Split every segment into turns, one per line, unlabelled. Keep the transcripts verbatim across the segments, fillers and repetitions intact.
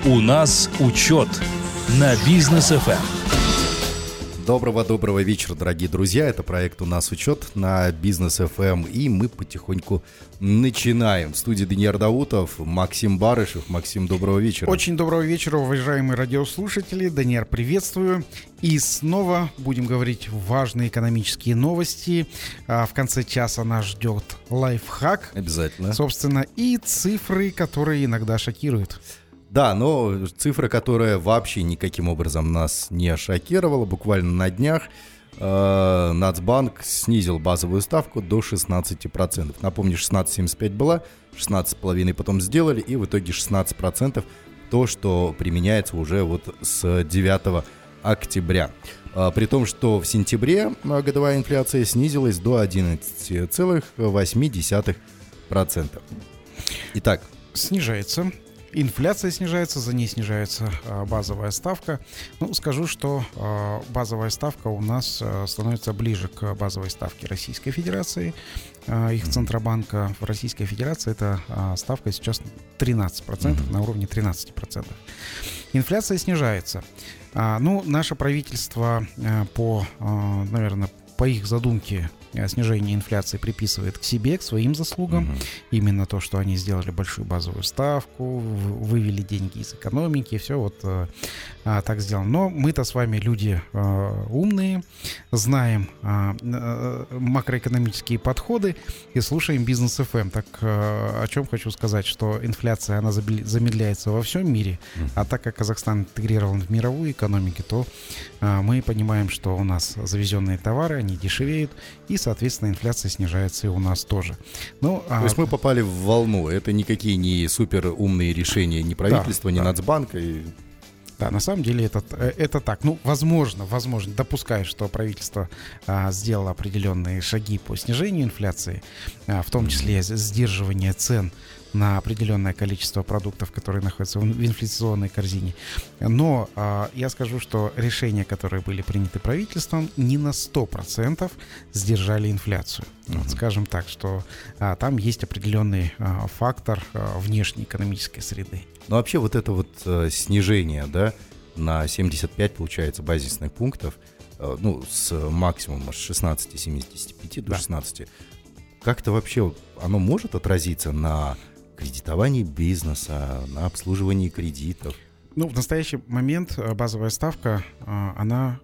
У нас учет на Бизнес эф эм.
Доброго-доброго вечера, дорогие друзья. Это проект «У нас учет» на Бизнес эф эм. И мы потихоньку начинаем. В студии Даниил Даутов, Максим Барышев. Максим, доброго вечера.
Очень доброго вечера, уважаемые радиослушатели. Даниил, приветствую. И снова будем говорить важные экономические новости. В конце часа нас ждет лайфхак.
Обязательно.
Собственно, и цифры, которые иногда шокируют.
Да, но цифра, которая вообще никаким образом нас не шокировала, буквально на днях э, Нацбанк снизил базовую ставку до шестнадцати процентов. Напомню, шестнадцать целых семьдесят пять была, шестнадцать целых пять потом сделали, и в итоге шестнадцать процентов то, что применяется уже вот с девятого октября. Э, при том, что в сентябре годовая инфляция снизилась до одиннадцати целых восьми десятых процента. Итак.
Снижается. Инфляция снижается, за ней снижается а, базовая ставка. Ну, скажу, что а, базовая ставка у нас а, становится ближе к базовой ставке Российской Федерации, а, их Центробанка. В Российской Федерации эта а, ставка сейчас тринадцать процентов, на уровне тринадцать процентов. Инфляция снижается. А, ну, наше правительство а, по, а, наверное, по их задумке снижение инфляции приписывает к себе, к своим заслугам. Mm-hmm. Именно то, что они сделали большую базовую ставку, вывели деньги из экономики, все вот а, так сделано. Но мы-то с вами люди а, умные, знаем а, а, макроэкономические подходы и слушаем Бизнес эф эм. Так а, о чем хочу сказать, что инфляция, она замедляется во всем мире, mm-hmm. а так как Казахстан интегрирован в мировую экономику, то а, мы понимаем, что у нас завезенные товары, они дешевеют, и соответственно, инфляция снижается и у нас тоже. Ну,
То а... есть мы попали в волну. Это никакие не супер умные решения ни правительства, да, ни да. Нацбанка. И...
Да, на самом деле это, это так. Ну, возможно, возможно, допускаю, что правительство а, сделало определенные шаги по снижению инфляции, а, в том числе сдерживание цен на определенное количество продуктов, которые находятся в инфляционной корзине. Но а, я скажу, что решения, которые были приняты правительством, не на сто процентов сдержали инфляцию. Uh-huh. Вот, скажем так, что а, там есть определенный а, фактор а, внешней экономической среды.
Но вообще вот это вот а, снижение, да, на семьдесят пять, получается, базисных пунктов, а, ну, с максимума с шестнадцати целых семидесяти пяти до да. шестнадцати, как-то вообще оно может отразиться на кредитовании бизнеса, на обслуживании кредитов?
Ну, в настоящий момент базовая ставка, она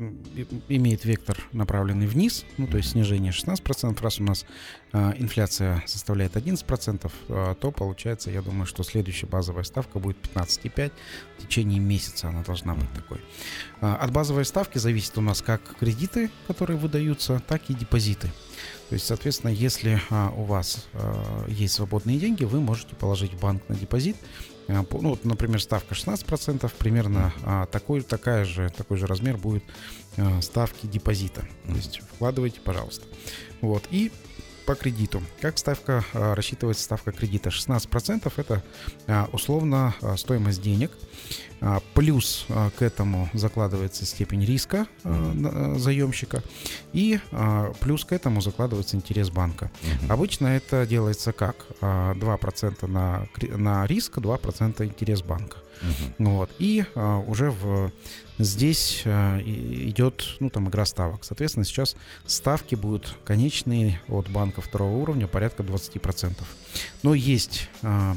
имеет вектор, направленный вниз, ну, то есть снижение шестнадцать процентов. Раз у нас инфляция составляет одиннадцать процентов, то получается, я думаю, что следующая базовая ставка будет пятнадцать целых пять десятых. В течение месяца она должна быть такой. От базовой ставки зависит у нас как кредиты, которые выдаются, так и депозиты. То есть, соответственно, если а, у вас а, есть свободные деньги, вы можете положить в банк на депозит. А, по, ну, вот, например, ставка шестнадцать процентов, примерно а, такой, такая же, такой же размер будет а, ставки депозита. То есть вкладывайте, пожалуйста. Вот. И по кредиту. Как ставка а, рассчитывается ставка кредита? шестнадцать процентов это а, условно а, стоимость денег. А, плюс а, к этому закладывается степень риска а, заемщика. И а, плюс к этому закладывается интерес банка. Uh-huh. Обычно это делается как? А, два процента на, на риск, два процента интерес банка. Uh-huh. Вот. И а, уже в, здесь а, идет, ну, там, игра ставок. Соответственно, сейчас ставки будут конечные от банка второго уровня порядка двадцать процентов. Но есть а,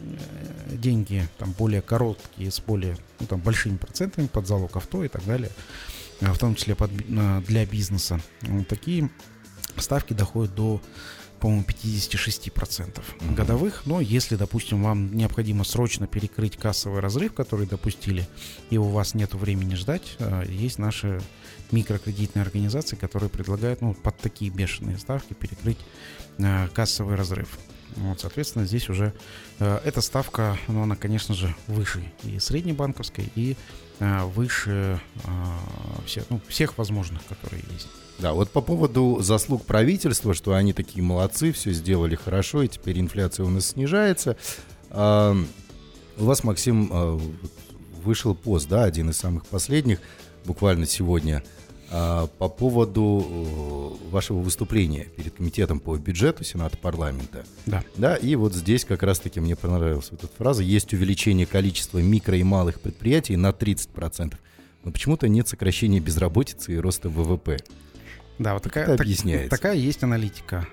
деньги там, более короткие, с более, ну, там, большими процентами под залог авто и так далее, в том числе под, для бизнеса. Вот такие ставки доходят до, по-моему, пятьдесят шесть процентов uh-huh. годовых. Но если, допустим, вам необходимо срочно перекрыть кассовый разрыв, который допустили, и у вас нет времени ждать, есть наши микрокредитные организации, которые предлагают, ну, под такие бешеные ставки перекрыть кассовый разрыв. Вот, соответственно, здесь уже э, эта ставка, ну, она, конечно же, выше и среднебанковской, и э, выше э, всех, ну, всех возможных, которые есть.
Да, вот по поводу заслуг правительства, что они такие молодцы, все сделали хорошо, и теперь инфляция у нас снижается. Э, у вас, Максим, э, вышел пост, да, один из самых последних, буквально сегодня, А, по поводу э, вашего выступления перед комитетом по бюджету Сената парламента.
Да.
Да, и вот здесь как раз-таки мне понравилась вот эта фраза. Есть увеличение количества микро и малых предприятий на тридцать процентов. Но почему-то нет сокращения безработицы и роста ВВП.
Да, вот такая,
Это
так,
объясняется.
такая есть аналитика.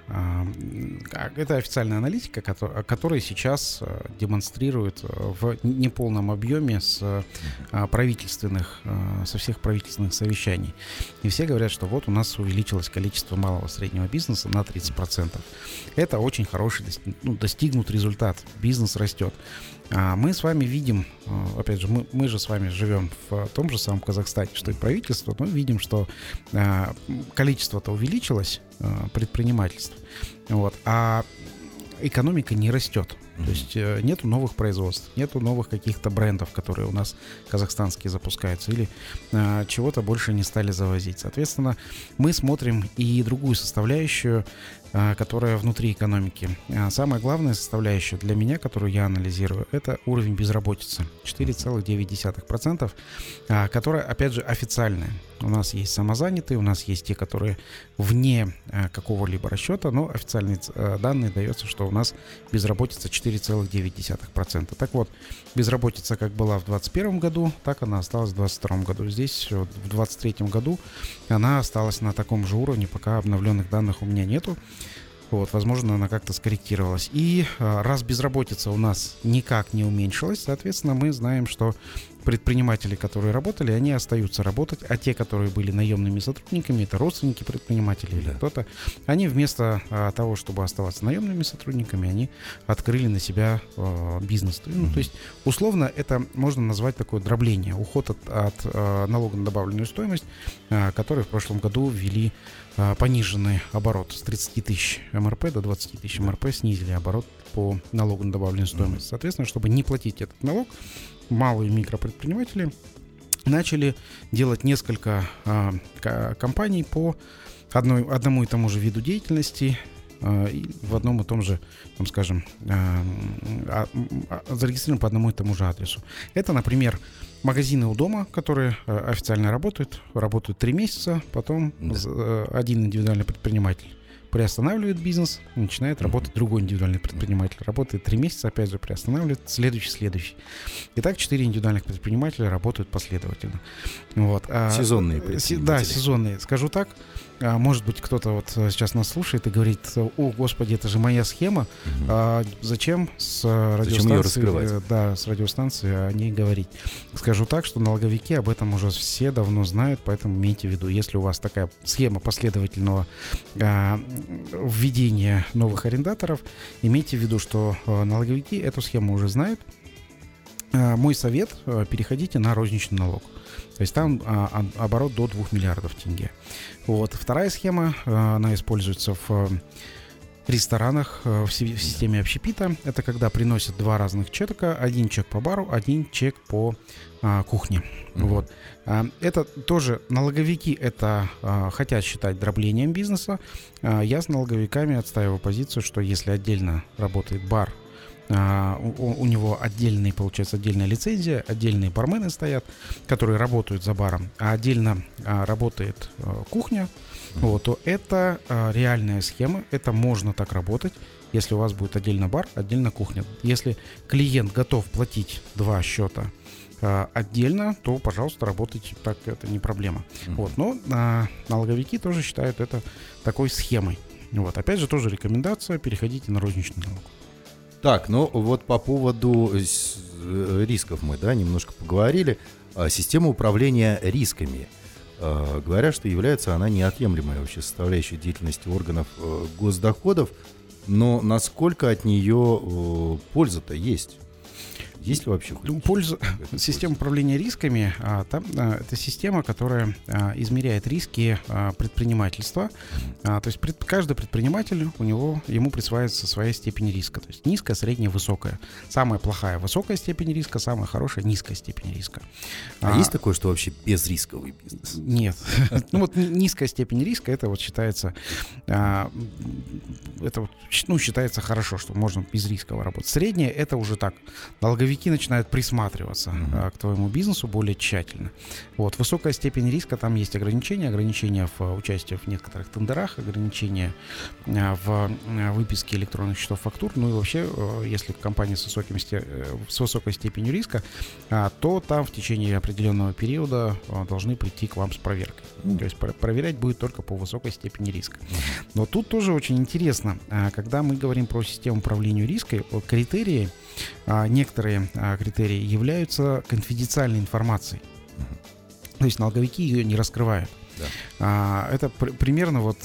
Это официальная аналитика, которая сейчас демонстрирует в неполном объеме с правительственных, со всех правительственных совещаний. И все говорят, что вот у нас увеличилось количество малого и среднего бизнеса на тридцать процентов. Это очень хороший, ну, достигнут результат. Бизнес растет. А мы с вами видим, опять же, мы, мы же с вами живем в том же самом Казахстане, что и правительство, мы видим, что а, количество-то увеличилось, а, предпринимательств, вот, а экономика не растет. То есть э, нету новых производств, нету новых каких-то брендов, которые у нас казахстанские запускаются, или э, чего-то больше не стали завозить. Соответственно, мы смотрим и другую составляющую, э, которая внутри экономики. А самая главная составляющая для меня, которую я анализирую, это уровень безработицы. четыре целых девять десятых процента, э, которая, опять же, официальная. У нас есть самозанятые, у нас есть те, которые вне э, какого-либо расчета, но официальные э, данные дается, что у нас безработица четыре целых девять десятых процента. Так вот, безработица как была в двадцать первом году, так она осталась в двадцать втором году. Здесь в двадцать третьем году она осталась на таком же уровне, пока обновленных данных у меня нету. Вот, возможно, она как-то скорректировалась. И а, раз безработица у нас никак не уменьшилась, соответственно, мы знаем, что предприниматели, которые работали, они остаются работать, а те, которые были наемными сотрудниками, это родственники предпринимателей или кто-то, они вместо а, того, чтобы оставаться наемными сотрудниками, они открыли на себя а, бизнес. Ну, то есть, условно, это можно назвать такое дробление, уход от, от а, налога на добавленную стоимость, а, который в прошлом году ввели а, пониженный оборот с тридцати тысяч эм эр пэ до двадцати тысяч эм эр пэ, снизили оборот по налогу на добавленную стоимость. Соответственно, чтобы не платить этот налог, малые микропредприниматели начали делать несколько а, к- компаний по одной, одному и тому же виду деятельности, а, и в одном и том же, там, скажем, а, а, а, зарегистрированы по одному и тому же адресу. Это, например, магазины у дома, которые а, официально работают, работают три месяца, потом
Да.
з- один индивидуальный предприниматель приостанавливает бизнес, начинает работать другой индивидуальный предприниматель. Работает три месяца, опять же приостанавливает, следующий, следующий. Итак, четыре индивидуальных предпринимателя работают последовательно. Вот.
Сезонные
предприниматели. Да, сезонные. Скажу так, может быть, кто-то вот сейчас нас слушает и говорит: о, господи, это же моя схема. Угу. А зачем с радиостанции, да, с радиостанции о ней говорить? Скажу так, что налоговики об этом уже все давно знают, поэтому имейте в виду, если у вас такая схема последовательного а, введения новых арендаторов, имейте в виду, что а, налоговики эту схему уже знают. А, мой совет: а, переходите на розничный налог. То есть там а, оборот до двух миллиардов тенге. Вот. Вторая схема, а, она используется в а, ресторанах, а, в, си- в системе общепита. Это когда приносят два разных чека. Один чек по бару, один чек по а, кухне. Mm-hmm. Вот. А, это тоже налоговики это а, хотят считать дроблением бизнеса. А, я с налоговиками отстаиваю позицию, что если отдельно работает бар, Uh, у, у него отдельный, получается, отдельная лицензия, отдельные бармены стоят, которые работают за баром, а отдельно uh, работает uh, кухня, mm-hmm. вот, то это uh, реальная схема, это можно так работать, если у вас будет отдельно бар, отдельно кухня. Если клиент готов платить два счета uh, отдельно, то, пожалуйста, работайте так, это не проблема. Mm-hmm. Вот, но uh, налоговики тоже считают это такой схемой. Вот, опять же, тоже рекомендация: переходите на розничный налог.
Так, ну вот по поводу рисков мы, да, немножко поговорили. Система управления рисками. Говорят, что является она неотъемлемой вообще составляющей деятельности органов госдоходов. Но насколько от нее польза-то есть? Есть ли вообще хоть
польза? Система управления рисками а, там, а, это система, которая а, измеряет риски а, предпринимательства. А, то есть пред, каждый предприниматель, у него, ему присваивается своя степень риска. То есть низкая, средняя, высокая. Самая плохая — высокая степень риска, самая хорошая — низкая степень риска.
А, а есть такое, что вообще безрисковый бизнес?
Нет. Ну вот низкая степень риска — это вот считается, а, это вот, ну, считается хорошо, что можно безрисково работать. Средняя — это уже так. Налоговики налоговики начинают присматриваться mm-hmm. к твоему бизнесу более тщательно. Вот. Высокая степень риска, там есть ограничения, ограничения в участии в некоторых тендерах, ограничения в выписке электронных счетов фактур. Ну и вообще, если компания с, высоким, с высокой степенью риска, то там в течение определенного периода должны прийти к вам с проверкой. Mm-hmm. То есть проверять будет только по высокой степени риска. Mm-hmm. Но тут тоже очень интересно, когда мы говорим про систему управления риском, критерии, некоторые критерии являются конфиденциальной информацией. То есть налоговики ее не раскрывают. Да. Это пр- примерно вот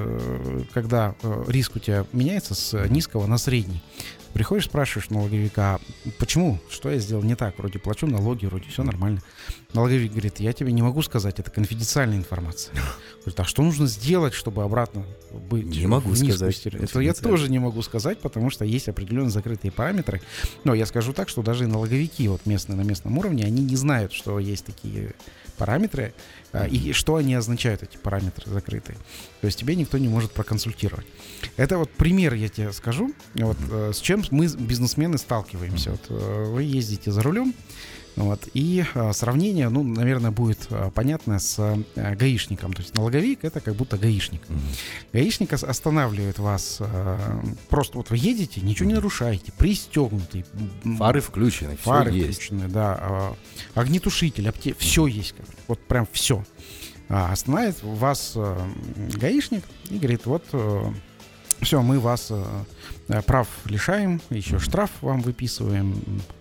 когда риск у тебя меняется с низкого на средний. Приходишь, спрашиваешь налоговика, почему, что я сделал не так, вроде плачу налоги, вроде все нормально. Налоговик говорит, я тебе не могу сказать, это конфиденциальная информация. Говорит, а что нужно сделать, чтобы обратно быть?
Не могу сказать.
Это я тоже не могу сказать, потому что есть определенные закрытые параметры. Но я скажу так, что даже и налоговики вот местные на местном уровне, они не знают, что есть такие параметры, и что они означают, эти параметры закрытые. То есть тебе никто не может проконсультировать. Это вот пример, я тебе скажу, вот, с чем мы, бизнесмены, сталкиваемся. Вот, вы ездите за рулем, вот, и а, сравнение, ну, наверное, будет а, понятно с а, гаишником. То есть налоговик — это как будто гаишник. Mm-hmm. Гаишник останавливает вас, а, просто вот вы едете, ничего не нарушаете, пристегнутый.
Фары включены,
Фары
все
включены,
есть.
да. А, огнетушитель, апте... все есть. Вот прям все. А, останавливает вас а, гаишник и говорит, вот... А, все, мы вас а, прав лишаем, еще штраф вам выписываем.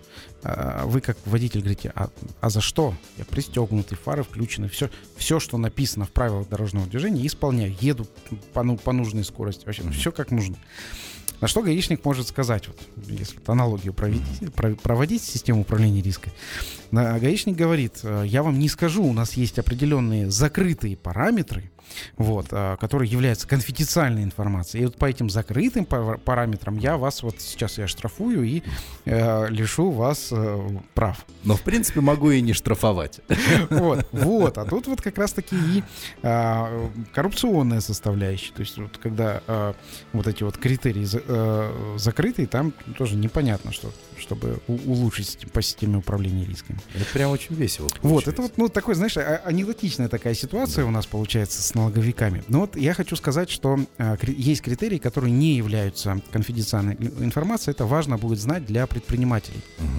Вы как водитель говорите, а, а за что? Я пристегнутый, фары включены, все, все, что написано в правилах дорожного движения, исполняю, еду по, ну, по нужной скорости, вообще, все как нужно. На что гаишник может сказать, вот, если вот аналогию проводить, проводить систему управления риском, гаишник говорит, я вам не скажу, у нас есть определенные закрытые параметры, вот, которые являются конфиденциальной информацией. И вот по этим закрытым параметрам я вас вот сейчас я штрафую и э, лишу вас э, прав.
Но в принципе могу и не штрафовать.
Вот, вот. А тут вот как раз-таки и э, коррупционная составляющая. То есть вот когда э, вот эти вот критерии э, закрытые, там тоже непонятно, что, чтобы у- улучшить по системе управления рисками.
Это прям очень весело получается.
Вот, это вот, ну, такой, знаешь, анекдотичная такая ситуация, да, у нас получается с налоговиками. Но вот я хочу сказать, что а, кри- есть критерии, которые не являются конфиденциальной информацией. Это важно будет знать для предпринимателей.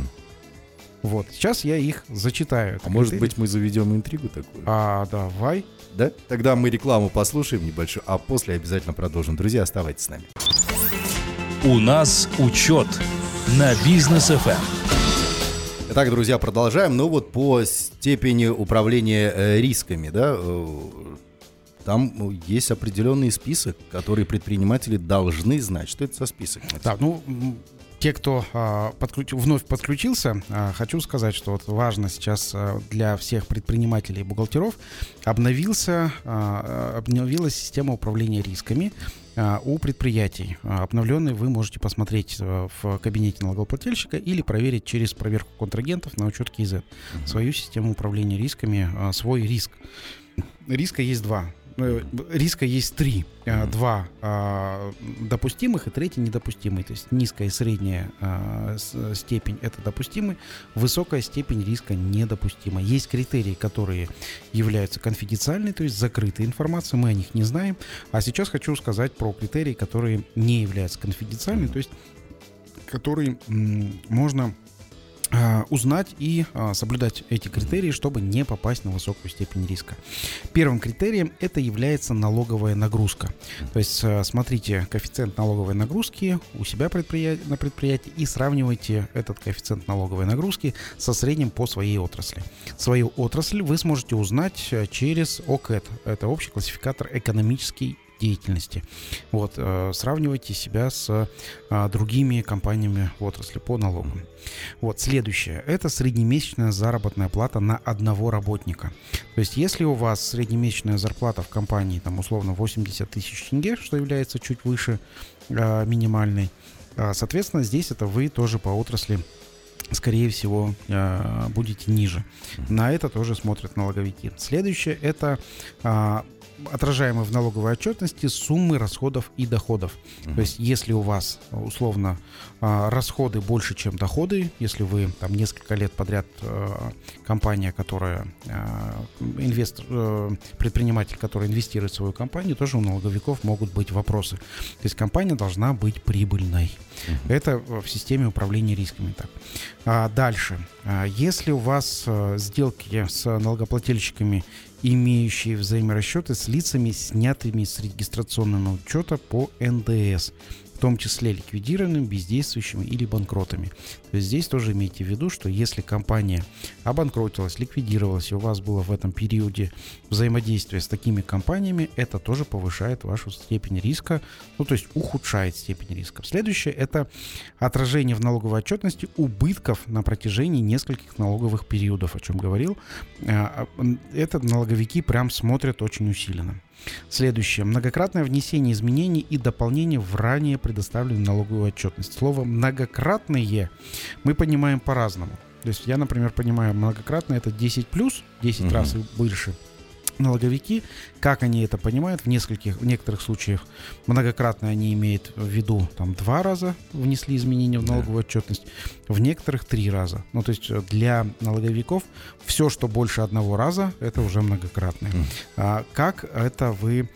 Угу. Вот, сейчас я их зачитаю.
А может быть, мы заведем интригу такую?
А, давай.
Да? Тогда мы рекламу послушаем небольшую, а после обязательно продолжим. Друзья, оставайтесь с нами.
У нас учет на Бизнес эф эм.
Итак, друзья, продолжаем. Ну вот по степени управления э, рисками, да, э, там есть определенный список, который предприниматели должны знать. Что это за список?
Да, ну, те, кто а, подключ... вновь подключился, а, хочу сказать, что вот важно сейчас а, для всех предпринимателей и бухгалтеров обновился, а, обновилась система управления рисками а, у предприятий. А, обновленный вы можете посмотреть а, в кабинете налогоплательщика или проверить через проверку контрагентов на учет кей зет mm-hmm. свою систему управления рисками, а, свой риск. Риска есть два. Риска есть три. Mm-hmm. Два а, допустимых и третий недопустимый. То есть низкая и средняя а, с, степень — это допустимый, высокая степень риска недопустима. Есть критерии, которые являются конфиденциальной, то есть закрытой информацией, мы о них не знаем. А сейчас хочу сказать про критерии, которые не являются конфиденциальными, mm-hmm. то есть которые м- можно узнать и а, соблюдать эти критерии, чтобы не попасть на высокую степень риска. Первым критерием это является налоговая нагрузка. То есть а, смотрите коэффициент налоговой нагрузки у себя предприятия, на предприятии и сравнивайте этот коэффициент налоговой нагрузки со средним по своей отрасли. Свою отрасль вы сможете узнать через о кей и ти. Это общий классификатор экономический деятельности. Вот, э, сравнивайте себя с э, другими компаниями в отрасли по налогам. Вот, следующее. Это среднемесячная заработная плата на одного работника. То есть, если у вас среднемесячная зарплата в компании, там, условно, восемьдесят тысяч тенге, что является чуть выше э, минимальной, э, соответственно, здесь это вы тоже по отрасли, скорее всего, э, будете ниже. На это тоже смотрят налоговики. Следующее — это э, отражаемые в налоговой отчетности суммы расходов и доходов. Uh-huh. То есть если у вас условно расходы больше, чем доходы, если вы там несколько лет подряд компания, которая инвестор, предприниматель, который инвестирует в свою компанию, тоже у налоговиков могут быть вопросы. То есть компания должна быть прибыльной. Uh-huh. Это в системе управления рисками. Так. А дальше. Если у вас сделки с налогоплательщиками, имеющие взаиморасчеты с лицами, снятыми с регистрационного учета по эн дэ эс, в том числе ликвидированными, бездействующими или банкротами. То есть здесь тоже имейте в виду, что если компания обанкротилась, ликвидировалась, и у вас было в этом периоде взаимодействие с такими компаниями, это тоже повышает вашу степень риска, ну то есть ухудшает степень риска. Следующее — это отражение в налоговой отчетности убытков на протяжении нескольких налоговых периодов, о чем говорил. Это налоговики прям смотрят очень усиленно. Следующее. Многократное внесение изменений и дополнений в ранее предоставленную налоговую отчетность. Слово «многократные» мы понимаем по-разному. То есть я, например, понимаю, многократное — это десять плюс, десять угу. раз и больше. Налоговики, как они это понимают, в нескольких, в некоторых случаях многократно они имеют в виду там два раза внесли изменения в налоговую да. отчетность, в некоторых три раза. Ну, то есть для налоговиков все, что больше одного раза, это уже многократное. Mm. А, как это вы...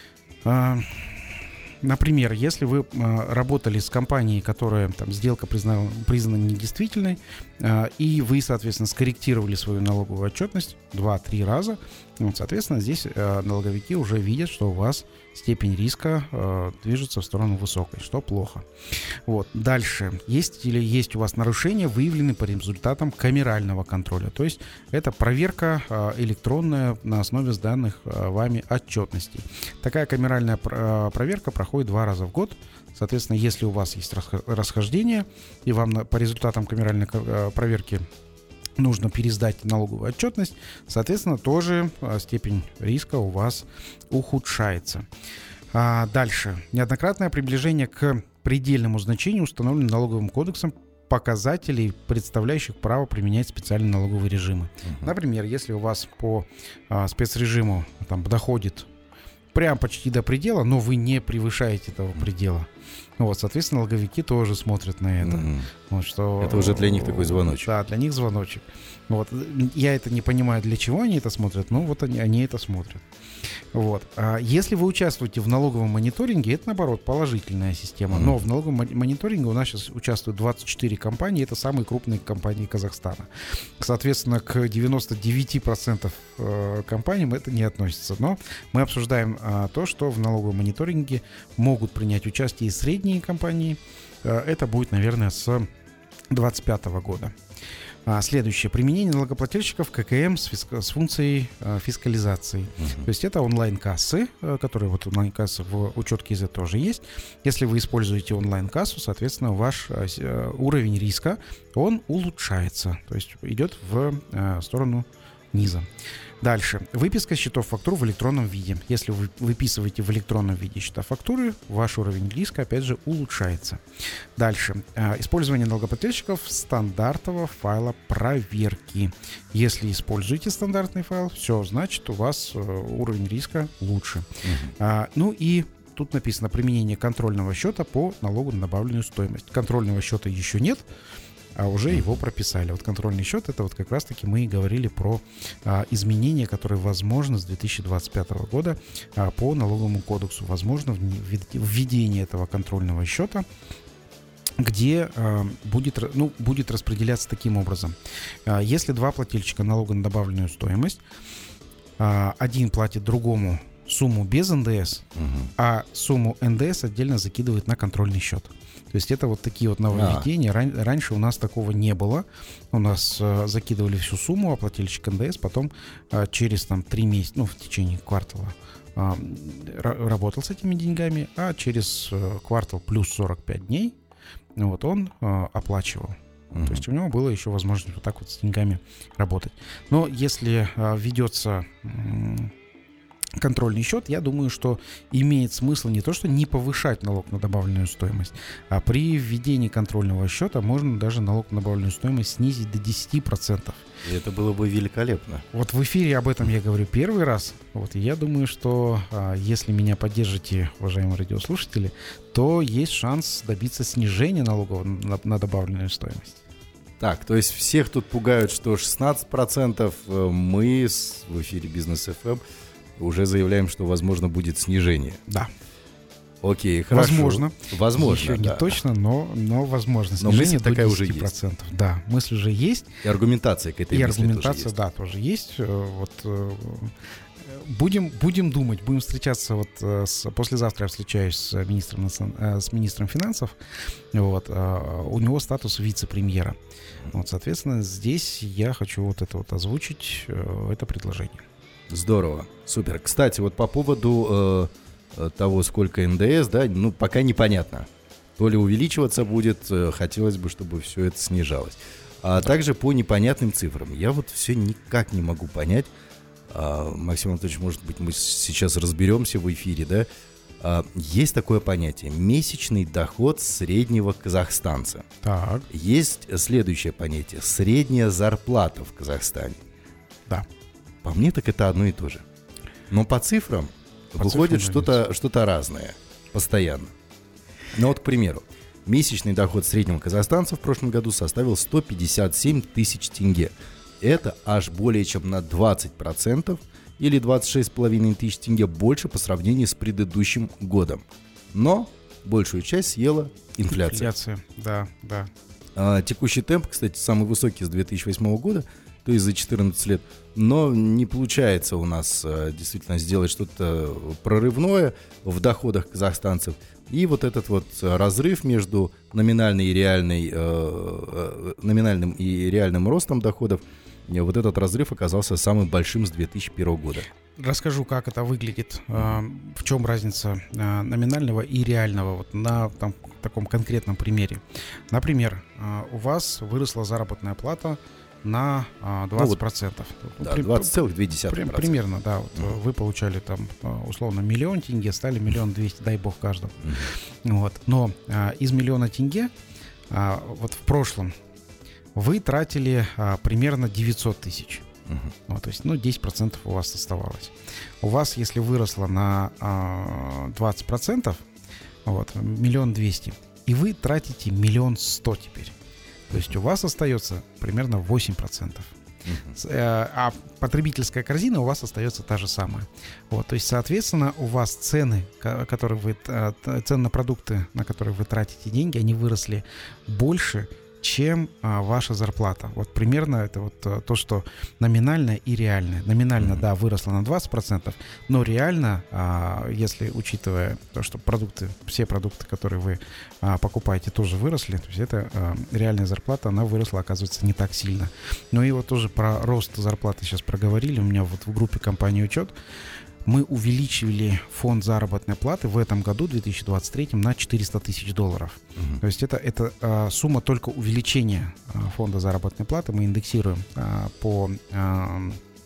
А, Например, если вы э, работали с компанией, которая там сделка признана, признана недействительной, э, и вы, соответственно, скорректировали свою налоговую отчетность два-три раза, вот, соответственно, здесь э, налоговики уже видят, что у вас степень риска э, движется в сторону высокой, что плохо. Вот. Дальше. Есть или есть у вас нарушения, выявлены по результатам камерального контроля. То есть это проверка э, электронная на основе сданных э, вами отчетностей. Такая камеральная пр- проверка проходит два раза в год. Соответственно, если у вас есть расхождение, и вам на, по результатам камеральной э, проверки нужно пересдать налоговую отчетность, соответственно, тоже а, степень риска у вас ухудшается. А, дальше. Неоднократное приближение к предельному значению, установленному налоговым кодексом, показателей, представляющих право применять специальные налоговые режимы. Uh-huh. Например, если у вас по а, спецрежиму там, доходит прям почти до предела, но вы не превышаете этого предела, вот, соответственно, налоговики тоже смотрят на это. Mm-hmm. Вот, что,
это уже для них такой звоночек.
Да, для них звоночек. Вот. Я это не понимаю, для чего они это смотрят, но вот они, они это смотрят. Вот. А если вы участвуете в налоговом мониторинге, это, наоборот, положительная система. Mm-hmm. Но в налоговом мониторинге у нас сейчас участвуют двадцать четыре компании, это самые крупные компании Казахстана. Соответственно, к девяноста девяти процентам компаниям это не относится. Но мы обсуждаем а, то, что в налоговом мониторинге могут принять участие и средние компании. Это будет, наверное, с двадцать пятого года. Следующее. Применение налогоплательщиков ка ка эм с, фиск... с функцией э, фискализации. Uh-huh. То есть это онлайн-кассы, э, которые вот онлайн-кассы в учетке ИЗ тоже есть. Если вы используете онлайн-кассу, соответственно, ваш э, уровень риска, он улучшается. То есть идет в э, сторону низа. Дальше. Выписка счетов фактур в электронном виде. Если вы выписываете в электронном виде счета фактуры, ваш уровень риска, опять же, улучшается. Дальше. Использование налогоплательщиков стандартного файла проверки. Если используете стандартный файл, все, значит, у вас уровень риска лучше. Угу. Ну и тут написано применение контрольного счета по налогу на добавленную стоимость. Контрольного счета еще нет, а уже его прописали. Вот контрольный счет — это вот как раз-таки мы и говорили про а, изменения, которые возможны с две тысячи двадцать пятого года а, по налоговому кодексу. Возможно введение этого контрольного счета, где а, будет, ну, будет распределяться таким образом. А, если два плательщика налога на добавленную стоимость, а, один платит другому сумму без эн дэ эс, угу. а сумму эн дэ эс отдельно закидывает на контрольный счет. То есть это вот такие вот нововведения. А. Ран- раньше у нас такого не было. У нас э, закидывали всю сумму, а плательщик эн дэ эс потом э, через там три месяца, ну, в течение квартала э, р- работал с этими деньгами, а через э, квартал плюс сорок пять дней вот он э, оплачивал. Uh-huh. То есть у него была еще возможность вот так вот с деньгами работать. Но если э, ведется... Э, контрольный счет, я думаю, что имеет смысл не то, что не повышать налог на добавленную стоимость, а при введении контрольного счета можно даже налог на добавленную стоимость снизить до десять процентов.
И это было бы великолепно.
Вот в эфире об этом я говорю первый раз. Вот, и я думаю, что а, если меня поддержите, уважаемые радиослушатели, то есть шанс добиться снижения налогов на, на добавленную стоимость.
Так, то есть всех тут пугают, что шестнадцать процентов, мы в эфире Бизнес эф эм уже заявляем, что, возможно, будет снижение.
Да.
Окей, хорошо.
Возможно.
Возможно,
Еще
да.
не точно, но, но возможно.
Но
Снижение
мысль такая
до десяти
уже
процентов. Да, мысль уже есть.
И аргументация к этой
И
мысли
аргументация,
тоже есть.
да, тоже есть. Э, Вот, э, будем, будем думать, будем встречаться. Вот э, с, послезавтра я встречаюсь с министром, национ- э, с министром финансов. Вот, э, у него статус вице-премьера. Вот, соответственно, здесь я хочу вот это вот озвучить, э, это предложение.
Здорово, супер. Кстати, вот по поводу э, того, сколько эн дэ эс, да, ну, пока непонятно. То ли увеличиваться будет, э, хотелось бы, чтобы все это снижалось. А да. Также по непонятным цифрам. Я вот все никак не могу понять. А, Максим Анатольевич, может быть, мы сейчас разберемся в эфире, да? А, есть такое понятие — месячный доход среднего казахстанца.
Так.
Есть следующее понятие — средняя зарплата в Казахстане.
Да.
По мне, так это одно и то же. Но по цифрам
по
выходит
цифрам
что-то, что-то разное постоянно. Ну вот, к примеру, месячный доход среднего казахстанца в прошлом году составил сто пятьдесят семь тысяч тенге. Это аж более чем на двадцать процентов или двадцать шесть с половиной тысяч тенге больше по сравнению с предыдущим годом. Но большую часть съела инфляция.
Инфляция, да, да.
А, текущий темп, кстати, самый высокий с две тысячи восьмого года, то есть за четырнадцать лет. Но не получается у нас а, действительно сделать что-то прорывное в доходах казахстанцев. И вот этот вот разрыв между номинальной и реальной, э, номинальным и реальным ростом доходов, вот этот разрыв оказался самым большим с две тысячи первого года.
Расскажу, как это выглядит, э, в чем разница э, номинального и реального вот на там, таком конкретном примере. Например, э, у вас выросла заработная плата на э, двадцать процентов.
Ну, вот, да, двадцать целых две десятых процента.
Примерно, да. Вот, mm-hmm. Вы получали там условно миллион тенге, стали миллион двести, дай бог каждому. Mm-hmm. Вот. Но э, из миллиона тенге э, вот в прошлом вы тратили э, примерно девятьсот тысяч. Uh-huh. Вот, то есть, ну, десять процентов у вас оставалось. У вас, если выросло на э, двадцать процентов, вот, миллион двести, и вы тратите миллион сто теперь. То есть у вас остается примерно восемь процентов. Uh-huh. Э, а потребительская корзина у вас остается та же самая. Вот, то есть, соответственно, у вас цены, которые вы, э, цены на продукты, на которые вы тратите деньги, они выросли больше, чем а, ваша зарплата. Вот примерно это вот а, то, что номинальное и реальное. Номинально, mm-hmm. да, выросло на двадцать процентов, но реально, а, если учитывая то, что продукты, все продукты, которые вы а, покупаете, тоже выросли, то есть это а, реальная зарплата, она выросла, оказывается, не так сильно. Ну и вот тоже про рост зарплаты сейчас проговорили. У меня вот в группе компании «Учет» мы увеличивали фонд заработной платы в этом году, две тысячи двадцать третьем, на четыреста тысяч долларов. Uh-huh. То есть это, это а, сумма только увеличения а, фонда заработной платы. Мы индексируем а, по а,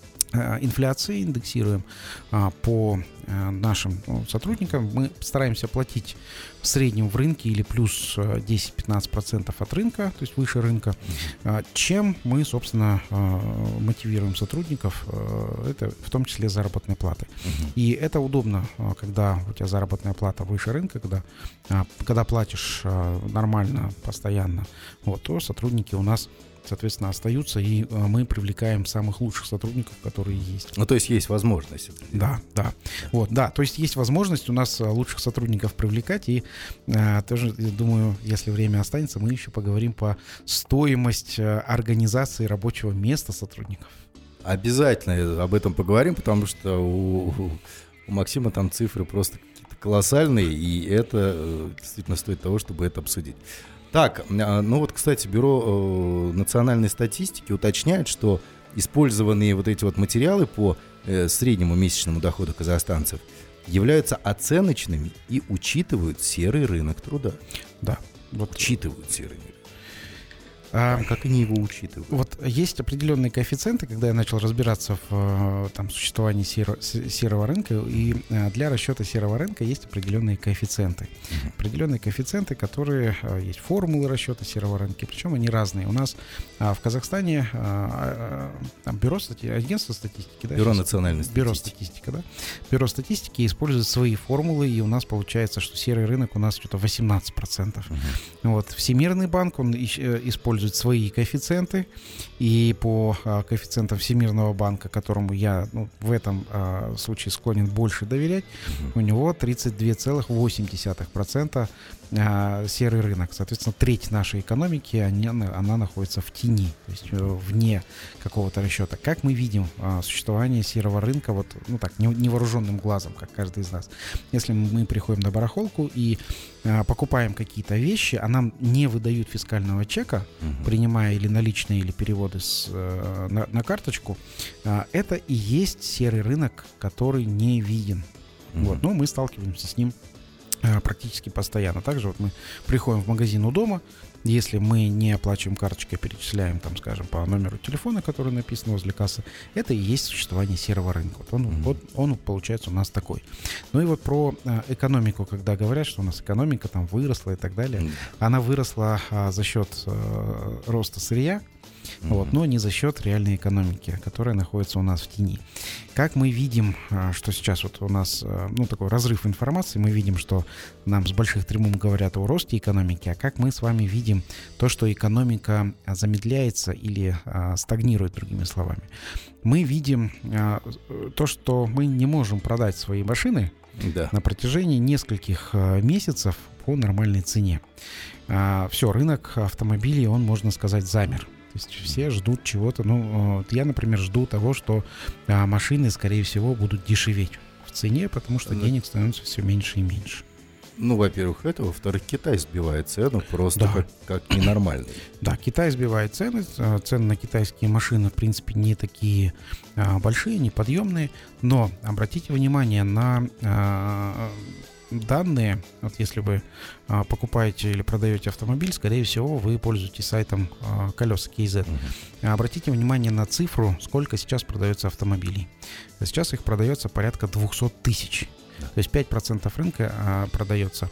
а, инфляции, индексируем а, по а, нашим ну, сотрудникам. Мы стараемся платить в среднем в рынке или плюс десять-пятнадцать процентов от рынка, то есть выше рынка, uh-huh. чем мы, собственно, мотивируем сотрудников, это в том числе заработной платой. Uh-huh. И это удобно, когда у тебя заработная плата выше рынка, когда, когда платишь нормально, постоянно, вот, то сотрудники у нас, соответственно, остаются, и мы привлекаем самых лучших сотрудников, которые есть.
Ну, то есть есть возможность.
Да, да. Вот, да, то есть есть возможность у нас лучших сотрудников привлекать, и а, тоже, я думаю, если время останется, мы еще поговорим по стоимости организации рабочего места сотрудников.
Обязательно об этом поговорим, потому что у, у Максима там цифры просто какие-то колоссальные, и это действительно стоит того, чтобы это обсудить. Так, ну вот, кстати, Бюро э, национальной статистики уточняет, что использованные вот эти вот материалы по э, среднему месячному доходу казахстанцев являются оценочными и учитывают серый рынок труда.
Да. Вот.
Учитывают серый рынок. А, а как они его учитывают?
Вот есть определенные коэффициенты, когда я начал разбираться в там, существовании серо, серого рынка, и для расчета серого рынка есть определенные коэффициенты. Mm-hmm. Определенные коэффициенты, которые есть формулы расчета серого рынка, причем они разные. У нас а, в Казахстане а, там, бюро стати... агентство статистики, да,
бюро национальной статистики.
Бюро статистика, да. Бюро статистики использует свои формулы, и у нас получается, что серый рынок у нас что-то восемнадцать процентов. Mm-hmm. Вот. Всемирный банк, он использует свои коэффициенты, и по а, коэффициентам Всемирного банка, которому я ну, в этом а, случае склонен больше доверять, mm-hmm. у него тридцать два целых восемь десятых процента а, серый рынок. Соответственно, треть нашей экономики, она, она находится в тени, то есть вне какого-то расчета. Как мы видим а, существование серого рынка, вот, ну так, невооруженным глазом, как каждый из нас. Если мы приходим на барахолку и а, покупаем какие-то вещи, а нам не выдают фискального чека, угу. принимая или наличные, или переводы с, а, на, на карточку, а, это и есть серый рынок, который не виден. Угу. Вот, но мы сталкиваемся с ним а, практически постоянно. Также вот мы приходим в магазин у дома, если мы не оплачиваем карточкой, перечисляем, там, скажем, по номеру телефона, который написан возле кассы, это и есть существование серого рынка. Вот он, mm-hmm. вот он получается у нас такой. Ну и вот про а, экономику, когда говорят, что у нас экономика там выросла и так далее, mm-hmm. она выросла а, за счет а, роста сырья, mm-hmm. вот, но не за счет реальной экономики, которая находится у нас в тени. Как мы видим, что сейчас вот у нас ну, такой разрыв информации, мы видим, что нам с больших трибун говорят о росте экономики, а как мы с вами видим то, что экономика замедляется или а, стагнирует, другими словами. Мы видим а, то, что мы не можем продать свои машины да. на протяжении нескольких а, месяцев по нормальной цене. А, все, рынок автомобилей, он, можно сказать, замер. То есть все ждут чего-то. Ну, я, например, жду того, что а, машины, скорее всего, будут дешеветь в цене, потому что да. денег становится все меньше и меньше.
Ну, во-первых, это. Во-вторых, Китай сбивает цену просто да. как, как ненормальный.
Да, Китай сбивает цены. Цены на китайские машины, в принципе, не такие а, большие, не подъемные. Но обратите внимание на... А, данные, вот если вы а, покупаете или продаете автомобиль, скорее всего, вы пользуетесь сайтом а, колеса кей зет. Uh-huh. Обратите внимание на цифру, сколько сейчас продается автомобилей. Сейчас их продается порядка двести тысяч. Uh-huh. То есть пять процентов рынка а, продается.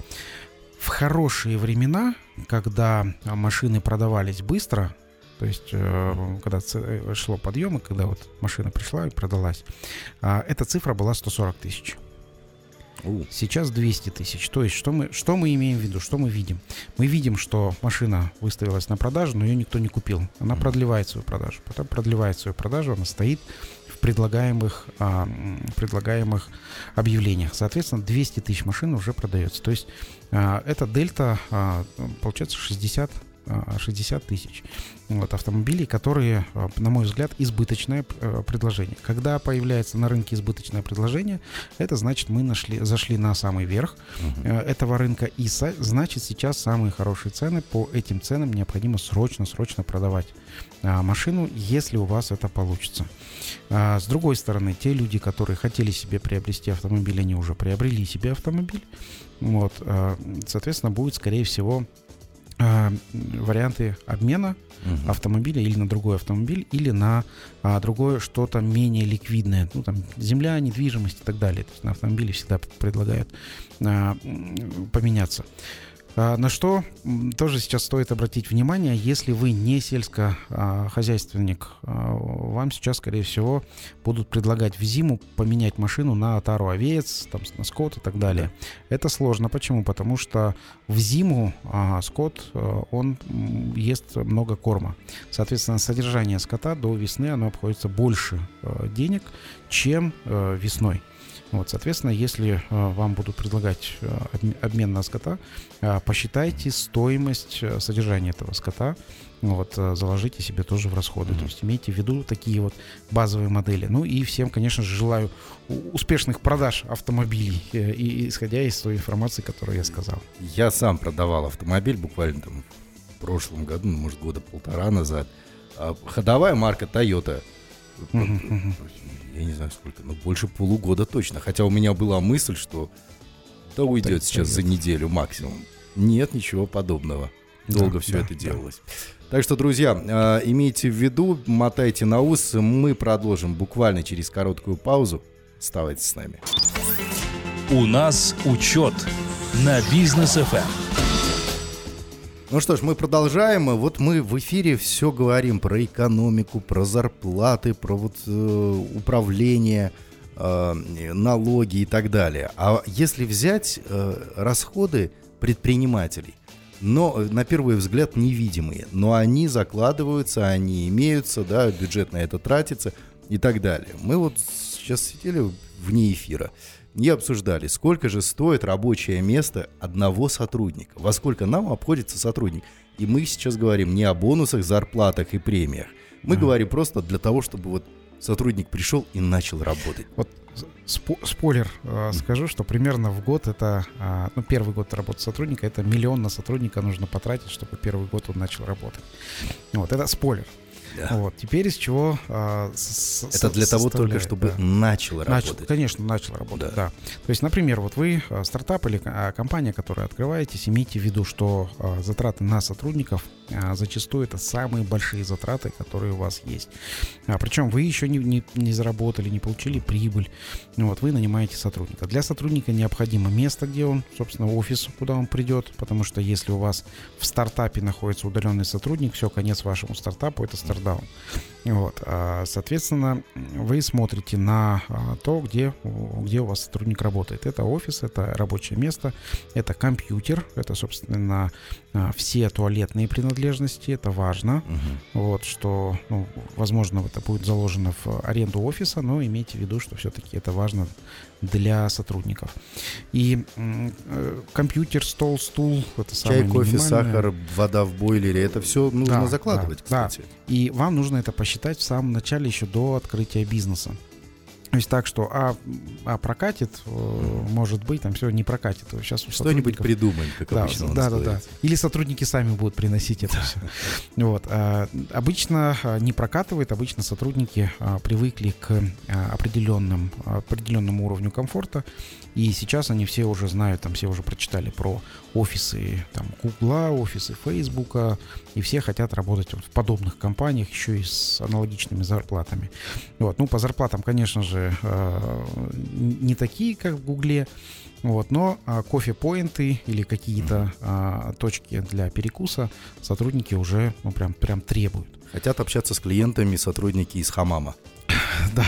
В хорошие времена, когда машины продавались быстро, то есть э, когда ц- шло подъем, и когда вот машина пришла и продалась, а, эта цифра была сто сорок тысяч. Сейчас двести тысяч. То есть что мы, что мы имеем в виду, что мы видим? Мы видим, что машина выставилась на продажу, но ее никто не купил. Она mm-hmm. продлевает свою продажу. Потом продлевает свою продажу, она стоит в предлагаемых, а, предлагаемых объявлениях. Соответственно, двести тысяч машин уже продается. То есть а, эта дельта, а, получается, шестьдесят тысяч вот, автомобилей, которые, на мой взгляд, избыточное предложение. Когда появляется на рынке избыточное предложение, это значит, мы нашли, зашли на самый верх uh-huh. этого рынка, и значит, сейчас самые хорошие цены. По этим ценам необходимо срочно-срочно продавать машину, если у вас это получится. С другой стороны, те люди, которые хотели себе приобрести автомобиль, они уже приобрели себе автомобиль. Вот, соответственно, будет, скорее всего, варианты обмена uh-huh. автомобиля или на другой автомобиль, или на а, другое что-то менее ликвидное, ну там земля, недвижимость и так далее. То есть на автомобиле всегда предлагают а, поменяться. А, на что тоже сейчас стоит обратить внимание, если вы не сельскохозяйственник, а, вам сейчас, скорее всего, будут предлагать в зиму поменять машину на отару овец, там, на скот и так далее. Это сложно. Почему? Потому что в зиму а, скот, а, он ест много корма. Соответственно, содержание скота до весны, оно обходится больше а, денег, чем а, весной. Вот, соответственно, если а, вам будут предлагать а, обмен на скота, а, посчитайте стоимость а, содержания этого скота, вот, а, заложите себе тоже в расходы. Mm-hmm. То есть имейте в виду такие вот базовые модели. Ну и всем, конечно же, желаю успешных продаж автомобилей, и, и, исходя из той информации, которую я сказал.
Я сам продавал автомобиль буквально там в прошлом году, ну, может, года полтора назад. А, ходовая марка Toyota. Mm-hmm. Я не знаю сколько, но больше полугода точно. Хотя у меня была мысль, что да уйдет так, сейчас за неделю максимум. Нет, ничего подобного. долго
Да,
все
да,
это
да.
делалось. Так что, друзья, э, имейте в виду, мотайте на ус, мы продолжим буквально через короткую паузу. Оставайтесь с нами.
У нас учет на Бизнес эф эм.
Ну что ж, мы продолжаем. Вот мы в эфире все говорим про экономику, про зарплаты, про вот э, управление, э, налоги и так далее. А если взять э, расходы предпринимателей, но на первый взгляд невидимые, но они закладываются, они имеются, да, бюджет на это тратится и так далее. Мы вот сейчас сидели вне эфира и обсуждали, сколько же стоит рабочее место одного сотрудника, во сколько нам обходится сотрудник. И мы сейчас говорим не о бонусах, зарплатах и премиях. Мы mm-hmm. говорим просто для того, чтобы вот сотрудник пришел и начал работать.
Вот спо- спойлер э, скажу, что примерно в год это, э, ну, первый год работы сотрудника, это миллион на сотрудника нужно потратить, чтобы первый год он начал работать. Вот, это спойлер. Да. Вот, теперь из чего э, с,
это для того только, чтобы
да.
начал работать.
Начал, конечно, начал работать, да.
да.
То есть, например, вот вы э, стартап или э, компания, которую открываетесь, имейте в виду, что э, затраты на сотрудников э, зачастую это самые большие затраты, которые у вас есть. А, причем вы еще не, не, не заработали, не получили прибыль. Вот, вы нанимаете сотрудника. Для сотрудника необходимо место, где он, собственно, офис, куда он придет, потому что если у вас в стартапе находится удаленный сотрудник, все, конец вашему стартапу, это стартап. Вот. Соответственно, вы смотрите на то, где, где у вас сотрудник работает. Это офис, это рабочее место, это компьютер, это, собственно, все туалетные принадлежности, это важно. Угу. Вот, что, ну, возможно, это будет заложено в аренду офиса, но имейте в виду, что все-таки это важно для сотрудников. И э, компьютер, стол, стул, это самое
чай, кофе,
минимальное.
сахар, вода в бойлере, это все нужно
да,
закладывать,
да,
кстати.
Да. И вам нужно это посчитать в самом начале, еще до открытия бизнеса. То есть так, что а, а прокатит, э, может быть, там все не прокатит. Сейчас у
что-нибудь придумаем, как
да,
обычно.
Да, да, да. Или сотрудники сами будут приносить это все. Вот. А, обычно не прокатывает, обычно сотрудники а, привыкли к а, определенным, определенному уровню комфорта. И сейчас они все уже знают, там все уже прочитали про офисы там, Гугла, офисы Фейсбука, и все хотят работать вот в подобных компаниях, еще и с аналогичными зарплатами. Вот. Ну, по зарплатам, конечно же, не такие, как в Гугле, вот, но кофе-поинты или какие-то а, точки для перекуса сотрудники уже ну, прям, прям требуют.
Хотят общаться с клиентами сотрудники из хамама.
Да.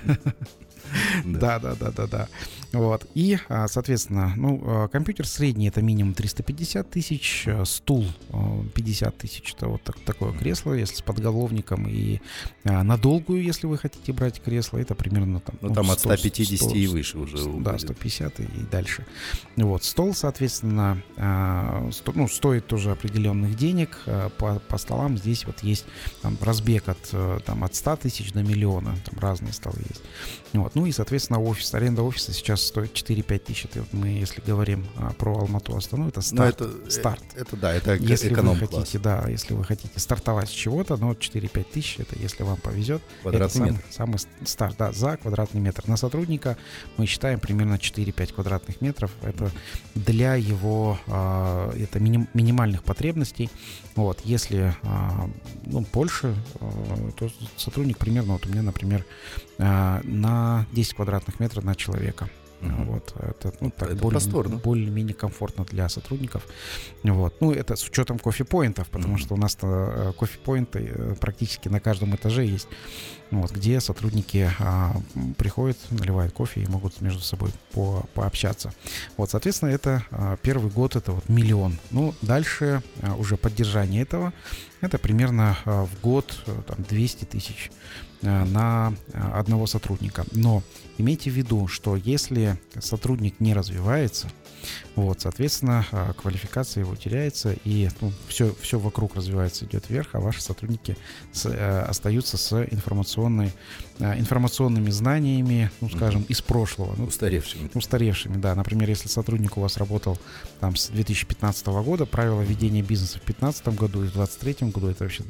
Да, да, да, да, да. Вот. И, соответственно, ну, компьютер средний — это минимум триста пятьдесят тысяч, стул пятьдесят тысяч, это вот так, такое кресло, если с подголовником, и на долгую, если вы хотите брать кресло, это примерно там,
ну, там от ста пятидесяти и выше уже.
Да, сто пятьдесят и, и дальше. Вот. Стол, соответственно, сто, ну, стоит тоже определенных денег. По, по столам здесь вот есть там, разбег от, там, от ста тысяч до миллиона, там разные столы есть. Вот. Ну и, соответственно, офис, аренда офиса сейчас стоит четыре-пять тысяч. Это вот мы, если говорим а, про Алмату, Астану, это старт.
Это,
старт.
Это, это да, это
если
эконом-класс.
Вы хотите, да, если вы хотите стартовать с чего-то, но четыре-пять тысяч, это если вам повезет.
Квадратный
это
метр.
Самый, самый старт, да, за квадратный метр. На сотрудника мы считаем примерно четыре-пять квадратных метров. Это для его а, это миним, минимальных потребностей. Вот, если а, ну, больше, а, то сотрудник примерно, вот у меня, например, а, на десять квадратных метров на человека. Uh-huh. Вот, это, ну, так,
это
более,
просторно.
более-менее комфортно для сотрудников. Вот. Ну, это с учетом кофе-поинтов, потому uh-huh. что у нас-то кофе-поинты практически на каждом этаже есть, вот, где сотрудники а, приходят, наливают кофе и могут между собой по, пообщаться. Вот, соответственно, это а, первый год, это вот миллион. Ну, дальше а, уже поддержание этого, это примерно а, в год там, двести тысяч а, на а, одного сотрудника. Но имейте в виду, что если сотрудник не развивается, вот, соответственно, квалификация его теряется, и ну, все, все вокруг развивается, идет вверх, а ваши сотрудники с, э, остаются с информационной, э, информационными знаниями, ну, скажем, из прошлого. Ну,
устаревшими.
Устаревшими, да. Например, если сотрудник у вас работал там, с две тысячи пятнадцатого года, правила ведения бизнеса в две тысячи пятнадцатом году и в две тысячи двадцать третьем году, это вообще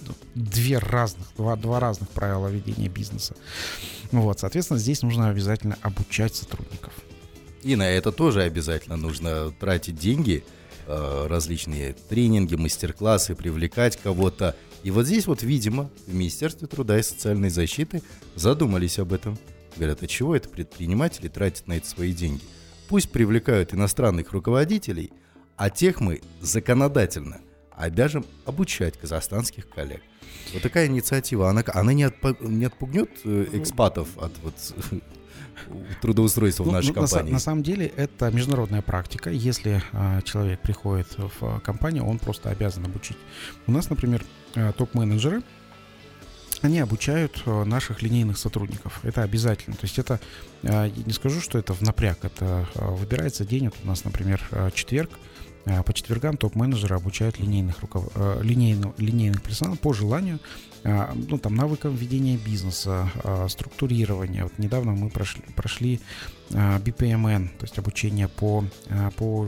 две разных, два, два разных правила ведения бизнеса. Вот, соответственно, здесь нужно обязательно обучать сотрудников.
И на это тоже обязательно нужно тратить деньги. э, различные тренинги, мастер-классы, привлекать кого-то. И вот здесь вот, видимо, в Министерстве труда и социальной защиты задумались об этом. Говорят, а чего это предприниматели тратят на это свои деньги? Пусть привлекают иностранных руководителей, а тех мы законодательно обяжем обучать казахстанских коллег. Вот такая инициатива, она, она не, отпо, не отпугнет экспатов от вот, трудоустройства в нашей
ну,
компании?
На, на самом деле это международная практика. Если а, человек приходит в компанию, он просто обязан обучить. У нас, например, топ-менеджеры, они обучают наших линейных сотрудников. Это обязательно. То есть это, я не скажу, что это в напряг. Это выбирается день. Вот у нас, например, четверг. По четвергам топ-менеджеры обучают линейных, руков... линейных, линейных персонал по желанию, ну, там, навыкам ведения бизнеса, структурирования. Вот недавно мы прошли, прошли би пи эм эн, то есть обучение по, по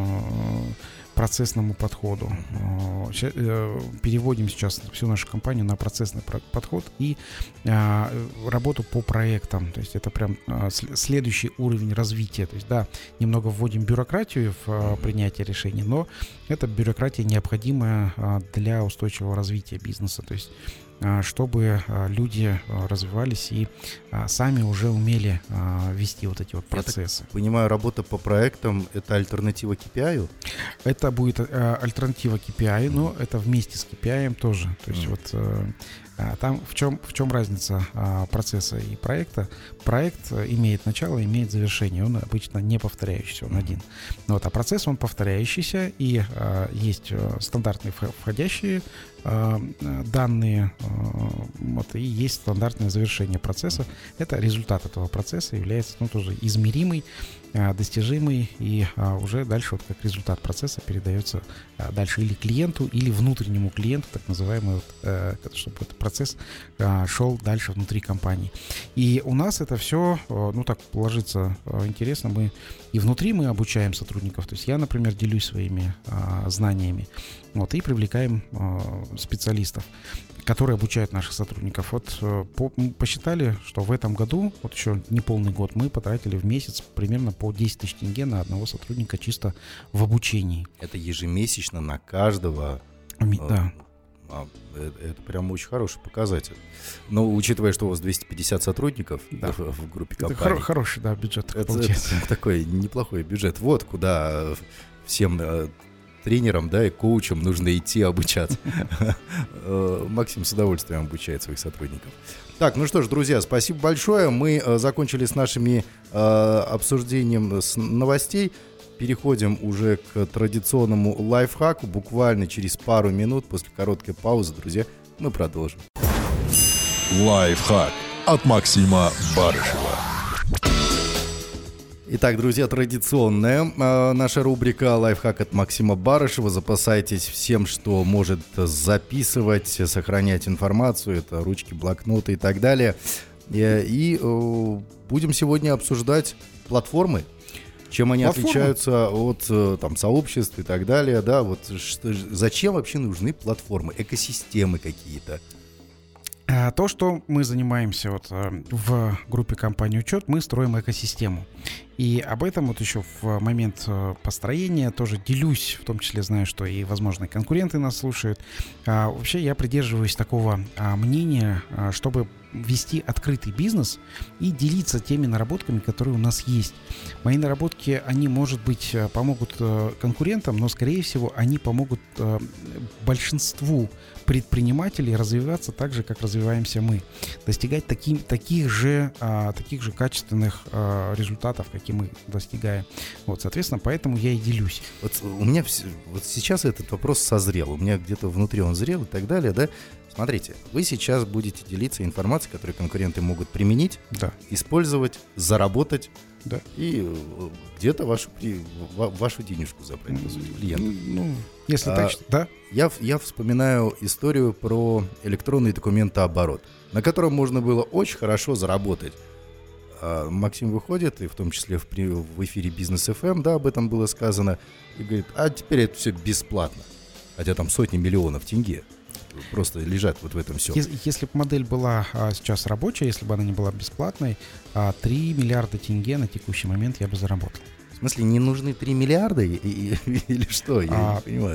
процессному подходу. Переводим сейчас всю нашу компанию на процессный подход и работу по проектам. То есть это прям следующий уровень развития. То есть, да, немного вводим бюрократию в принятие решений, но эта бюрократия необходимая для устойчивого развития бизнеса. То есть чтобы люди развивались и сами уже умели вести вот эти вот процессы.
Я так понимаю, работа по проектам — это альтернатива кей пи ай?
Это будет альтернатива кей пи ай, но это вместе с кей пи ай тоже. То есть mm. вот там в чем, в чем разница процесса и проекта? Проект имеет начало, имеет завершение. Он обычно не повторяющийся, он один. Вот, а процесс, он повторяющийся, и а, есть стандартные входящие а, данные, а, вот, и есть стандартное завершение процесса. Это результат этого процесса является, ну, тоже измеримый, а, достижимый, и а, уже дальше вот как результат процесса передается а, дальше или клиенту, или внутреннему клиенту, так называемый, вот, а, чтобы этот процесс а, шел дальше внутри компании. И у нас это все, ну, так ложится интересно. Мы и внутри мы обучаем сотрудников. То есть я, например, делюсь своими а, знаниями, вот, и привлекаем а, специалистов, которые обучают наших сотрудников. Вот по, посчитали, что в этом году, вот еще не полный год, мы потратили в месяц примерно по десять тысяч тенге на одного сотрудника чисто в обучении.
Это ежемесячно на каждого?
Да.
А, это, это прям очень хороший показатель. Но учитывая, что у вас двести пятьдесят сотрудников, да, в, в группе компаний.
Это хор- хороший, да, бюджет.
Это, это такой неплохой бюджет. Вот куда всем тренерам, да, и коучам нужно идти обучаться. Максим с удовольствием обучает своих сотрудников. Так, ну что ж, друзья, спасибо большое. Мы закончили с нашими обсуждением новостей. Переходим уже к традиционному лайфхаку. Буквально через пару минут после короткой паузы, друзья, мы продолжим.
Лайфхак от Максима Барышева.
Итак, друзья, традиционная э, наша рубрика «Лайфхак от Максима Барышева». Запасайтесь всем, что может записывать, сохранять информацию. Это ручки, блокноты и так далее. И, и э, будем сегодня обсуждать платформы. Чем они Платформа? отличаются от там, сообществ и так далее, да, вот что, зачем вообще нужны платформы, экосистемы какие-то?
То, что мы занимаемся вот в группе компании «Учет», мы строим экосистему. И об этом вот еще в момент построения тоже делюсь, в том числе знаю, что и, возможно, конкуренты нас слушают. А, вообще я придерживаюсь такого а, мнения, а, чтобы вести открытый бизнес и делиться теми наработками, которые у нас есть. Мои наработки, они, может быть, помогут конкурентам, но, скорее всего, они помогут большинству предпринимателей развиваться так же, как развиваемся мы. Достигать таки, таких, же, а, таких же качественных а, результатов, какие мы достигаем. Вот, соответственно, поэтому я и делюсь.
Вот у меня вот сейчас этот вопрос созрел. У меня где-то внутри он зрел и так далее, да? Смотрите, вы сейчас будете делиться информацией, которую конкуренты могут применить,
да,
использовать, заработать,
да,
и где-то вашу, вашу денежку забрать, по сути, клиента.
Ну, если а, так, да.
Я, я вспоминаю историю про электронный документооборот, на котором можно было очень хорошо заработать. А Максим выходит, и в том числе в, в эфире Бизнес эф эм, да, об этом было сказано, и говорит, а теперь это все бесплатно. Хотя там сотни миллионов тенге просто лежат вот в этом все.
Если, если бы модель была а, сейчас рабочая, если бы она не была бесплатной, а, три миллиарда тенге на текущий момент я бы заработал.
смысле, не нужны три миллиарда и, и, или что? Я
А,
не понимаю.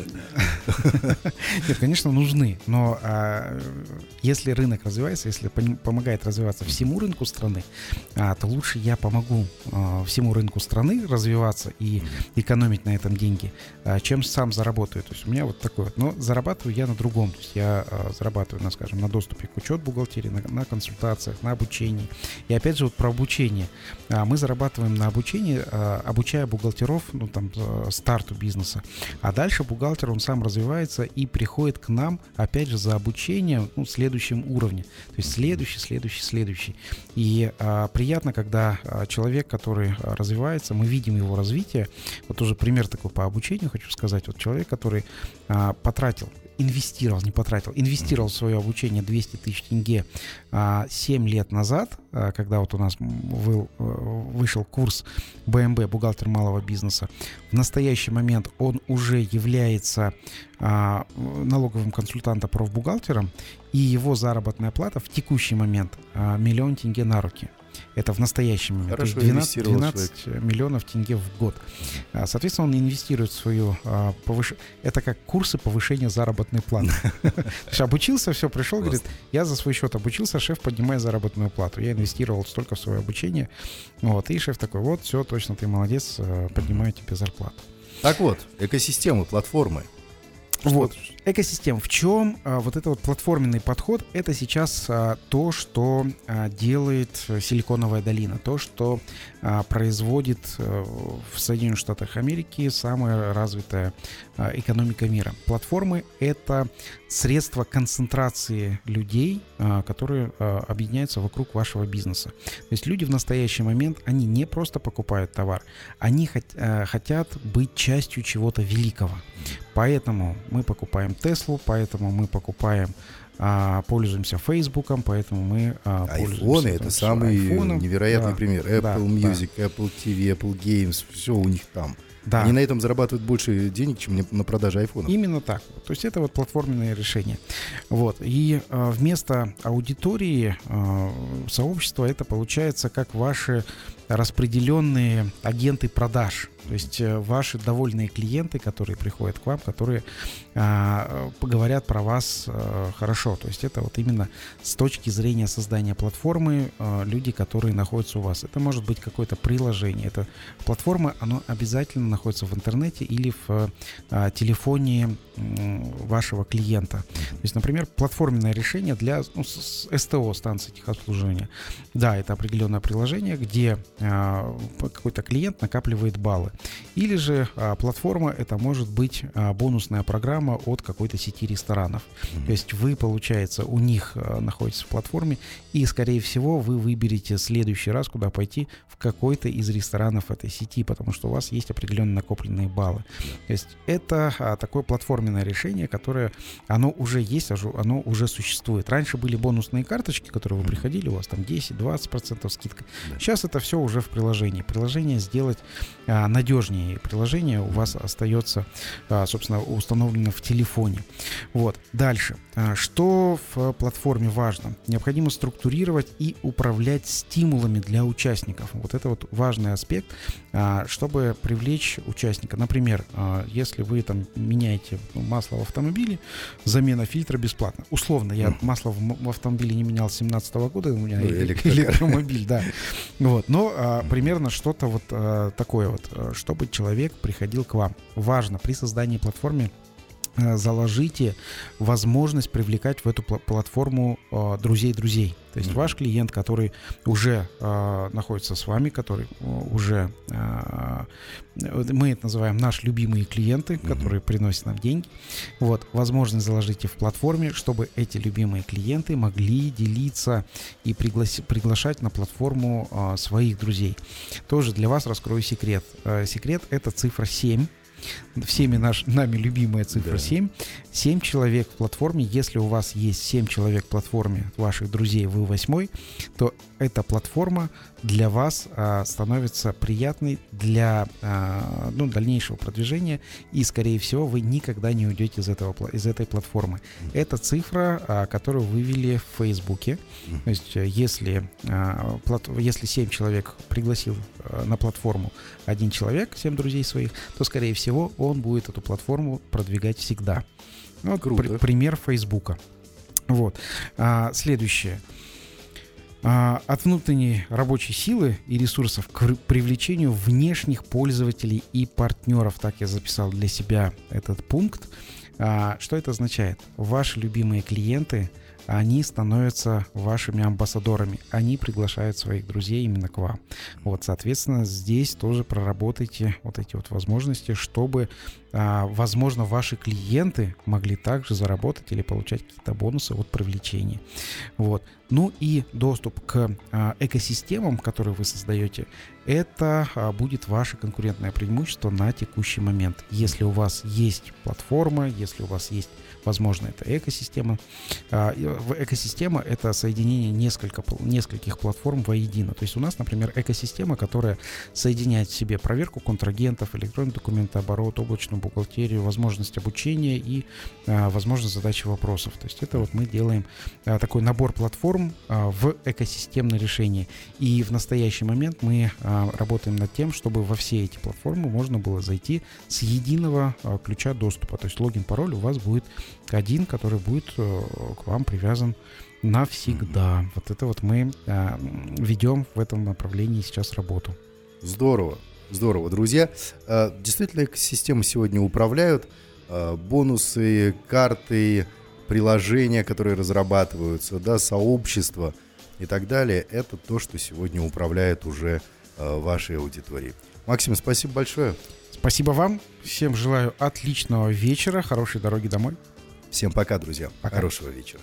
Нет, конечно, нужны, но а, если рынок развивается, если пом- помогает развиваться всему рынку страны, а, то лучше я помогу а, всему рынку страны развиваться и экономить на этом деньги, а, чем сам заработаю. То есть у меня вот такое вот. Но зарабатываю я на другом. То есть я а, зарабатываю, на, скажем, на доступе к учету бухгалтерии, на, на консультациях, на обучении. И опять же вот про обучение. А, мы зарабатываем на обучении, а, обучая бухгалтеров, ну там, а, старту бизнеса. А дальше бухгалтер, он сам развивается и приходит к нам, опять же, за обучением, ну, в следующем уровне. То есть следующий, следующий, следующий. И а, приятно, когда а, человек, который а, развивается, мы видим его развитие. Вот уже пример такой по обучению хочу сказать. Вот человек, который а, потратил, инвестировал, не потратил, инвестировал в свое обучение двести тысяч тенге а, семь лет назад, а, когда вот у нас был, вышел курс бэ эм бэ, бухгалтер малого бизнеса. В настоящий момент он уже является а, налоговым консультантом, профбухгалтером, и его заработная плата в текущий момент а, миллион тенге на руки. Это в настоящий момент.
Хорошо,
то есть двенадцать, двенадцать миллионов тенге в год. Соответственно, он инвестирует в свою а, повыш... Это как курсы повышения заработной платы. Обучился, все, пришел, говорит, я за свой счет обучился, шеф поднимает заработную плату. Я инвестировал столько в свое обучение. Вот, и шеф такой, вот, все, точно, ты молодец, поднимаю тебе зарплату.
Так вот, экосистемы, платформы.
Вот, экосистема. В чем а, вот этот вот платформенный подход? Это сейчас а, то, что а, делает Силиконовая долина, то, что а, производит а, в Соединенных Штатах Америки самая развитая а, экономика мира. Платформы — это средства концентрации людей, а, которые а, объединяются вокруг вашего бизнеса. То есть люди в настоящий момент, они не просто покупают товар, они хот, а, хотят быть частью чего-то великого. Поэтому мы покупаем Теслу, поэтому мы покупаем, а, пользуемся Фейсбуком, поэтому мы а,
Айфоны
пользуемся...
— это
там,
самый
айфоном.
невероятный
Да,
пример. Apple
да,
Music, да. Apple ти ви, Apple Games, все у них там.
Да.
Они на этом зарабатывают больше денег, чем на продаже айфонов.
Именно так. То есть это вот платформенное решение. Вот. И э, вместо аудитории э, сообщества это получается как ваши распределенные агенты продаж. То есть э, ваши довольные клиенты, которые приходят к вам, которые э, говорят про вас э, хорошо. То есть это вот именно с точки зрения создания платформы э, люди, которые находятся у вас. Это может быть какое-то приложение. Это платформа, оно обязательно находится в интернете или в э, телефоне э, вашего клиента. То есть, например, платформенное решение для ну, эс тэ о, станции техобслуживания. Да, это определенное приложение, где э, какой-то клиент накапливает баллы. Или же а, платформа — это может быть а, бонусная программа от какой-то сети ресторанов. Mm-hmm. То есть вы, получается, у них а, находитесь в платформе, и, скорее всего, вы выберете в следующий раз, куда пойти, в какой-то из ресторанов этой сети, потому что у вас есть определенно накопленные баллы. То есть это а, такое платформенное решение, которое, оно уже есть, оно уже существует. Раньше были бонусные карточки, которые вы приходили, у вас там десять-двадцать процентов скидка. Yeah. Сейчас это все уже в приложении. Приложение сделать а, надежнее. Приложение у вас остается, собственно, установлено в телефоне. Вот. Дальше. Что в платформе важно? Необходимо структурировать и управлять стимулами для участников. Вот это вот важный аспект, чтобы привлечь участника. Например, если вы там меняете масло в автомобиле, замена фильтра бесплатна. Условно, я масло в автомобиле не менял с семнадцатого года, у меня электромобиль, да. Вот. Но примерно что-то вот такое вот, чтобы человек приходил к вам. Важно при создании платформы заложите возможность привлекать в эту платформу э, друзей-друзей. То есть mm-hmm. ваш клиент, который уже э, находится с вами, который уже, э, мы это называем наши любимые клиенты, mm-hmm. которые приносят нам деньги. Вот, возможность заложите в платформе, чтобы эти любимые клиенты могли делиться и приглас- приглашать на платформу э, своих друзей. Тоже для вас раскрою секрет. Э, секрет — это цифра семь. всеми наш, нами любимая цифра
Да.
семь. семь человек в платформе. Если у вас есть семь человек в платформе, ваших друзей, вы восьмой, то эта платформа для вас а, становится приятной для а, ну, дальнейшего продвижения, и, скорее всего, вы никогда не уйдете из, этого, из этой платформы. Это цифра, а, которую вывели в Фейсбуке. То есть, если, а, плат, если семь человек пригласил а, на платформу один человек, семь друзей своих, то, скорее всего, он будет эту платформу продвигать всегда. Ну,
Круто.
Пр- пример Фейсбука. Вот. А, следующее. А, от внутренней рабочей силы и ресурсов к р- привлечению внешних пользователей и партнеров. Так я записал для себя этот пункт. А, что это означает? Ваши любимые клиенты, они становятся вашими амбассадорами. Они приглашают своих друзей именно к вам. Вот, соответственно, здесь тоже проработайте вот эти вот возможности, чтобы, а, возможно, ваши клиенты могли также заработать или получать какие-то бонусы от привлечения. Вот. Ну и доступ к а, экосистемам, которые вы создаете, это а, будет ваше конкурентное преимущество на текущий момент. Если у вас есть платформа, если у вас есть, возможно, это экосистема. А, экосистема — это соединение несколько, нескольких платформ воедино. То есть у нас, например, экосистема, которая соединяет в себе проверку контрагентов, электронный документооборот, облачную бухгалтерию, возможность обучения и а, возможность задачи вопросов. То есть это вот мы делаем а, такой набор платформ а, в экосистемное решение. И в настоящий момент мы а, работаем над тем, чтобы во все эти платформы можно было зайти с единого а, ключа доступа. То есть логин-пароль у вас будет один, который будет а, к вам привязан навсегда. Mm-hmm. Вот это вот мы а, ведем в этом направлении сейчас работу.
Здорово, здорово, друзья. Действительно, экосистемы сегодня управляют. Бонусы, карты, приложения, которые разрабатываются, да, сообщества и так далее. Это то, что сегодня управляет уже вашей аудиторией. Максим, спасибо большое.
Спасибо вам. Всем желаю отличного вечера, хорошей дороги домой.
Всем пока, друзья.
Пока.
Хорошего вечера.